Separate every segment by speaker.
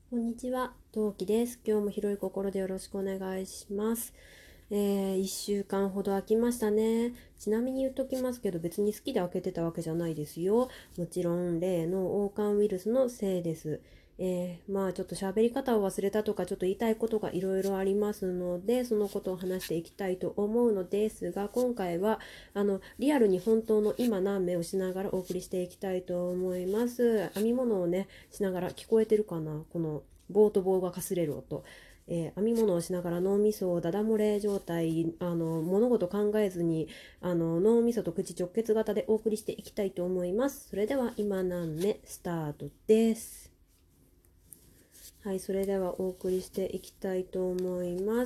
Speaker 1: こんにちは、トウキです。今日も広い心でよろしくお願いします。1週間ほど空きましたね。ちなみに言っときますけど、別に好きで開けてたわけじゃないですよ。もちろん、例の王冠ウイルスのせいです。まあちょっと喋り方を忘れたとか、ちょっと言いたいことがいろいろありますので、そのことを話していきたいと思うのですが、今回はリアルに本当の今何目をしながらお送りしていきたいと思います。編み物をねしながら、聞こえてるかな、この棒と棒がかすれる音。編み物をしながら脳みそをダダ漏れ状態、物事考えずに脳みそと口直結型でお送りしていきたいと思います。それでは今何目スタートです。はい、それではお送りしていきたいと思います。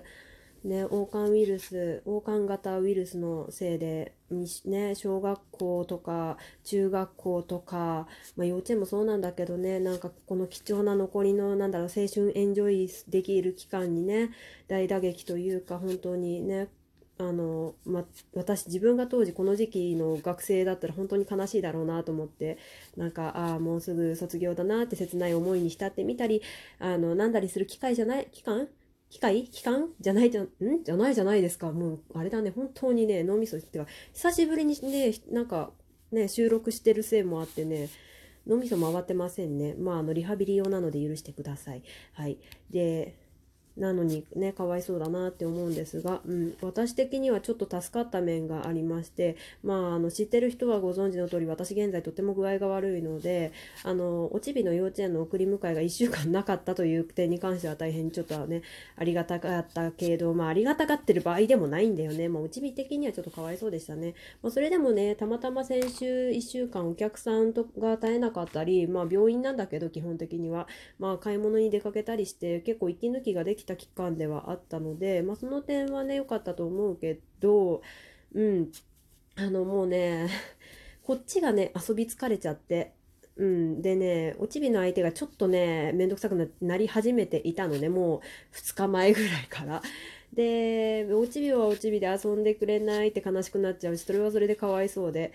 Speaker 1: ね、王冠型ウイルスのせいで、ね、小学校とか中学校とか、幼稚園もそうなんだけどね、なんかこの貴重な残りの青春エンジョイできる期間にね、大打撃というか、本当にね、あの、ま、自分が当時この時期の学生だったら本当に悲しいだろうなと思って、もうすぐ卒業だなって切ない思いに浸ってみたり、なんだりする機関じゃないじゃないですか。もうあれだね、本当にね、脳みそってか久しぶりにね、収録してるせいもあってね、脳みそ回ってませんね。リハビリ用なので許してください。はい。で、なのにね、かわいそうだなって思うんですが、私的にはちょっと助かった面がありまして、知ってる人はご存知の通り、私現在とても具合が悪いので、おちびの幼稚園の送り迎えが1週間なかったという点に関しては大変ちょっとね、ありがたかったけど、ありがたがってる場合でもないんだよね。おちび的にはちょっとかわいそうでしたね。それでもね、たまたま先週1週間お客さんとが絶えなかったり、病院なんだけど基本的には、買い物に出かけたりして結構息抜きができた期間ではあったので、その点はね良かったと思うけど、うん、もうねこっちがね遊び疲れちゃって、でね、おちびの相手がちょっとねめんどくさくなり始めていたのね、もう2日前ぐらいから。で、おちびはおちびで遊んでくれないって悲しくなっちゃうし、それはそれでかわいそうで、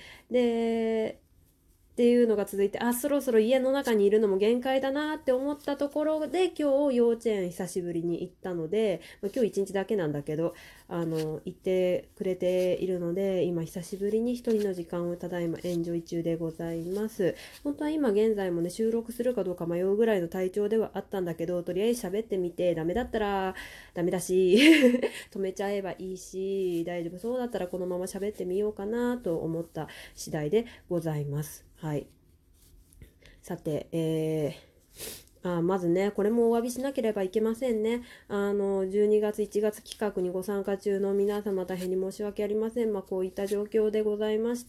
Speaker 1: っていうのが続いて、そろそろ家の中にいるのも限界だなって思ったところで、今日幼稚園久しぶりに行ったので、今日一日だけなんだけど、行ってくれているので、今久しぶりに一人の時間をただいまエンジョイ中でございます。本当は今現在もね、収録するかどうか迷うぐらいの体調ではあったんだけど、とりあえず喋ってみて、ダメだったらダメだし止めちゃえばいいし、大丈夫そうだったらこのまま喋ってみようかなと思った次第でございます。はい。さて、まずね、これもお詫びしなければいけませんね。12月、1月企画にご参加中の皆様、大変に申し訳ありません。こういった状況でございまして、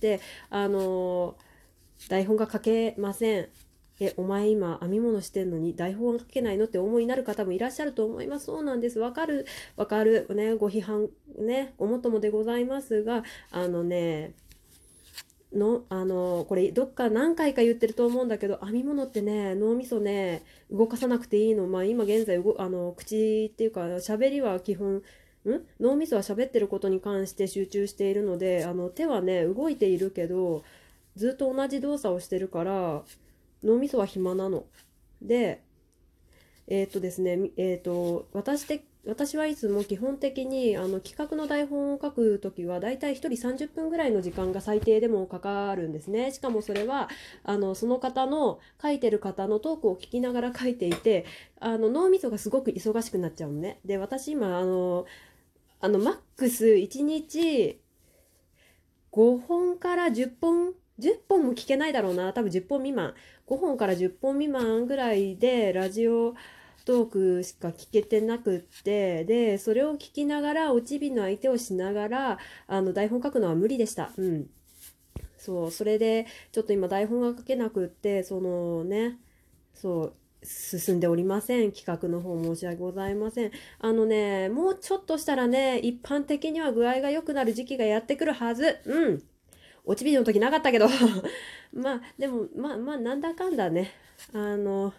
Speaker 1: 台本が書けません。お前今編み物してんのに台本書けないのって思いになる方もいらっしゃると思います。そうなんです。わかる。わかる。ね、ご批判、ね、ごもっともでございますが、これどっか何回か言ってると思うんだけど、編み物ってね、脳みそね、動かさなくていいの。今現在口っていうか喋りは基本、脳みそは喋ってることに関して集中しているので、手はね動いているけど、ずっと同じ動作をしてるから脳みそは暇なので、ですね、私はいつも基本的に企画の台本を書くときはだいたい1人30分ぐらいの時間が最低でもかかるんですね。しかもそれはその方の書いてる方のトークを聞きながら書いていて、脳みそがすごく忙しくなっちゃうのね。で、私今マックス1日5本から10本10本も聞けないだろうな、多分10本未満、5本から10本未満ぐらいでラジオトークしか聞けてなくって、でそれを聞きながらおちびの相手をしながら台本書くのは無理でした。そう、それでちょっと今台本が書けなくって、そのね、そう進んでおりません。企画の方申し訳ございません。もうちょっとしたらね、一般的には具合が良くなる時期がやってくるはず。おちびの時なかったけどでもなんだかんだね、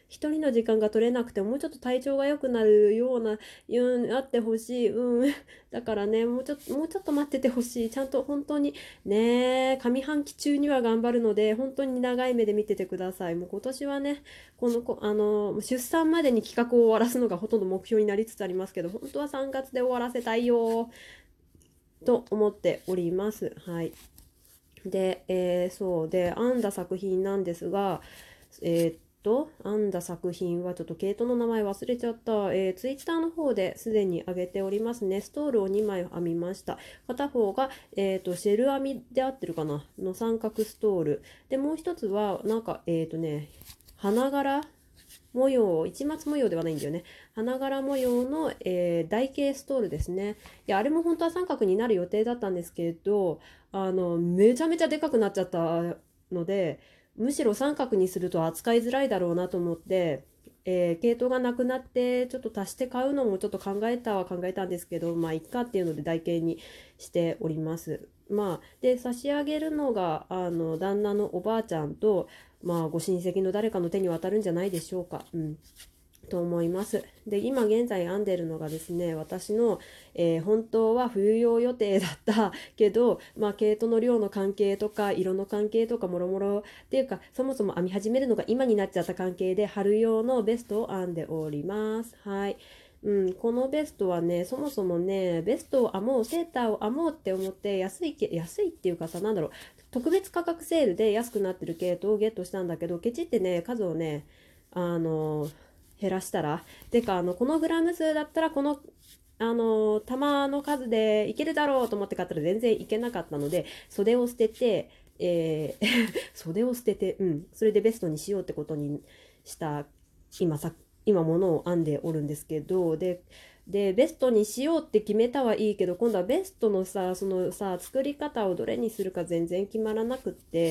Speaker 1: 一人の時間が取れなくてもうちょっと体調が良くなるようなあってほしい。だからね、もうちょっと待っててほしい。ちゃんと本当にね、上半期中には頑張るので、本当に長い目で見ててください。もう今年はね、出産までに企画を終わらすのがほとんど目標になりつつありますけど、本当は3月で終わらせたいよと思っております。はい。で、そうで編んだ作品なんですが、編んだ作品はちょっと毛糸の名前忘れちゃった。ツイッターの方ですでに上げておりますね。ストールを2枚編みました。片方が、シェル編みで合ってるかなの三角ストール。で、もう一つは、なんか、花柄模様、市松模様ではないんだよね。花柄模様の、台形ストールですね。いや、あれも本当は三角になる予定だったんですけど、めちゃめちゃでかくなっちゃったので、むしろ三角にすると扱いづらいだろうなと思って、系統がなくなってちょっと足して買うのもちょっと考えたんですけど、まあいっかっていうので台形にしております。まあで差し上げるのが旦那のおばあちゃんと、まあご親戚の誰かの手に渡るんじゃないでしょうか。と思います。で、今現在編んでるのがですね、私の、本当は冬用予定だったけど、まあ、毛糸の量の関係とか、色の関係とか、もろもろっていうか、そもそも編み始めるのが今になっちゃった関係で、春用のベストを編んでおります。はい。このベストはね、そもそもね、ベストを編もう、セーターを編もうって思って、安いっていうかさ、なんだろう、特別価格セールで安くなってる毛糸をゲットしたんだけど、ケチってね、数をね、減らしたらてかこのグラム数だったらこの玉の数でいけるだろうと思って買ったら全然いけなかったので袖を捨てて、袖を捨てて、それでベストにしようってことにした今物を編んでおるんですけど、でベストにしようって決めたはいいけど、今度はベストのその作り方をどれにするか全然決まらなくって、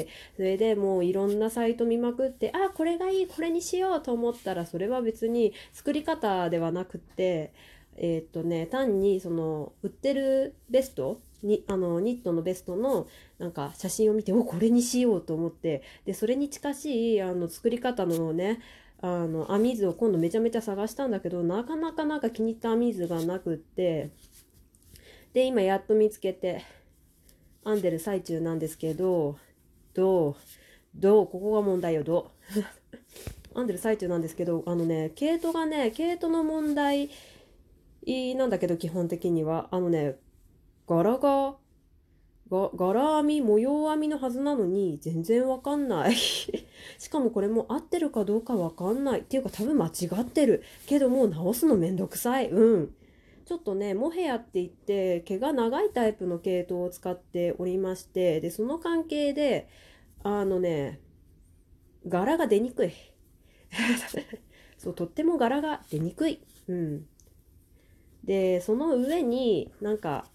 Speaker 1: それでもういろんなサイト見まくって、これがいい、これにしようと思ったら、それは別に作り方ではなくって、単にその売ってるベストにニットのベストのなんか写真を見て、これにしようと思って、でそれに近しい作り方のね、編み図を今度めちゃめちゃ探したんだけど、なかなかなんか気に入った編み図がなくって、で今やっと見つけて編んでる最中なんですけど、ここが問題よ。編んでる最中なんですけど、毛糸の問題なんだけど、基本的には柄が柄編み模様編みのはずなのに全然わかんないしかもこれも合ってるかどうかわかんないっていうか、多分間違ってるけどもう直すのめんどくさい。ちょっとね、モヘアって言って毛が長いタイプの毛糸を使っておりまして、でその関係で柄が出にくいそうとっても柄が出にくい。でその上になんか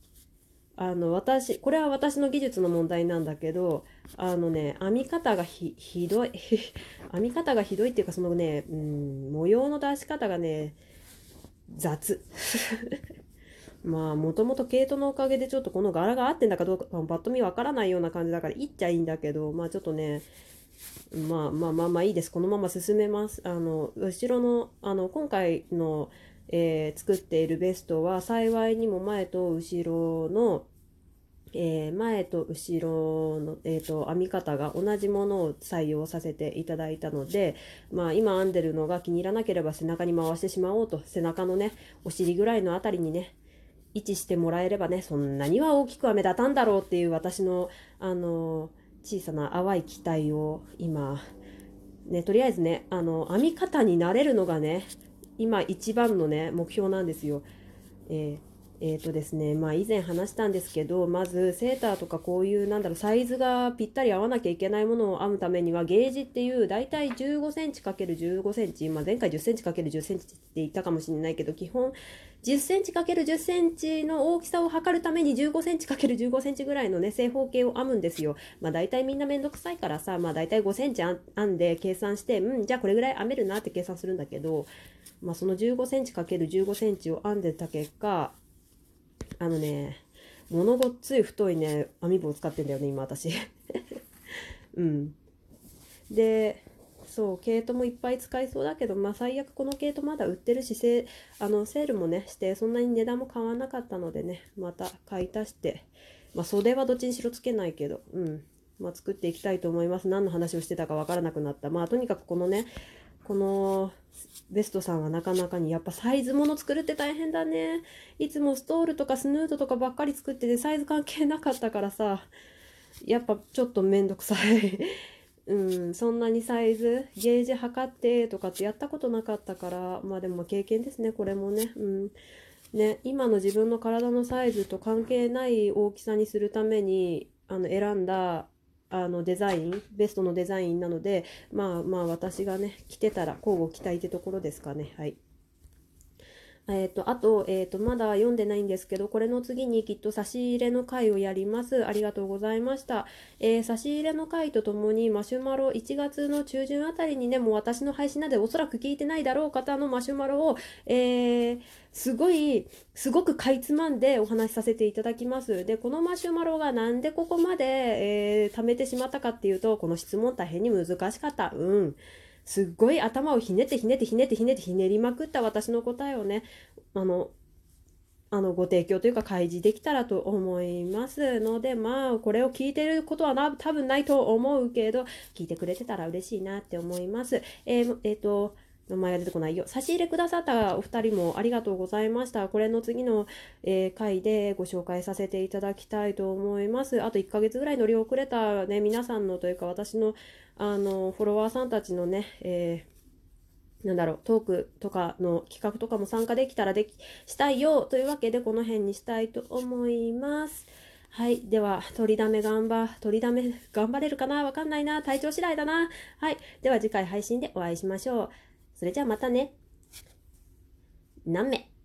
Speaker 1: これは私の技術の問題なんだけど、編み方がひどい編み方がひどいっていうか、そのね、模様の出し方がね、雑まあもともと毛糸のおかげでちょっとこの柄が合ってんだかどうかパッと見わからないような感じだからいっちゃいいんだけど、まあちょっとね、まあいいです。このまま進めます。後ろの今回の、作っているベストは幸いにも前と後ろの、前と後ろの、編み方が同じものを採用させていただいたので、まあ今編んでるのが気に入らなければ背中に回してしまおうと、背中のねお尻ぐらいのあたりにね位置してもらえればね、そんなには大きくは目立たんだろうっていう私の小さな淡い期待を今ね、とりあえずね編み方に慣れるのがね今一番のね目標なんですよ。ですね、まあ以前話したんですけど、まずセーターとかこういうサイズがぴったり合わなきゃいけないものを編むためにはゲージっていうだいたい15センチ ×15 センチ、前回10センチ ×10 センチって言ったかもしれないけど、基本10センチ ×10 センチの大きさを測るために15センチ ×15 センチぐらいのね正方形を編むんですよ。だいたいみんなめんどくさいからさ、だいたい5センチ編んで計算して、じゃあこれぐらい編めるなって計算するんだけど、その15センチ ×15 センチを編んでた結果、物ごっつい太いね編み棒を使ってんだよね今私でそう毛糸もいっぱい使いそうだけど、まあ最悪この毛糸まだ売ってるし、セールもねしてそんなに値段も変わらなかったのでね、また買い足して、まあ袖はどっちにしろつけないけど、まあ、作っていきたいと思います。何の話をしてたかわからなくなった。まあとにかくこのベストさんはなかなかにやっぱサイズもの作るって大変だね。いつもストールとかスヌードとかばっかり作っててサイズ関係なかったからさ、やっぱちょっとめんどくさいそんなにサイズゲージ測ってとかってやったことなかったから、まあでも経験ですね、これもね。ね、今の自分の体のサイズと関係ない大きさにするために選んだデザイン、ベストのデザインなので、まあまあ私がね着てたら交互期待ってところですかね。はい。あと、まだ読んでないんですけど、これの次にきっと差し入れの回をやります。ありがとうございました。差し入れの回とともにマシュマロ、1月の中旬あたりにね、もう私の配信なんでおそらく聞いてないだろう方のマシュマロを、すごくかいつまんでお話しさせていただきます。で、このマシュマロがなんでここまで、貯めてしまったかっていうと、この質問大変に難しかった。すっごい頭をひねってひねってひねってひねってひねりまくった私の答えをね、ご提供というか開示できたらと思いますので、まあこれを聞いてることは多分ないと思うけど、聞いてくれてたら嬉しいなって思います。名前が出てこないよ。差し入れくださったお二人もありがとうございました。これの次の、回でご紹介させていただきたいと思います。あと1ヶ月ぐらい乗り遅れたね、皆さんのというか私のフォロワーさんたちのね、トークとかの企画とかも参加できたらしたいよというわけで、この辺にしたいと思います。はい。では、取りだめ頑張れるかな、わかんないな。体調次第だな。はい。では次回配信でお会いしましょう。それじゃあまたね。何名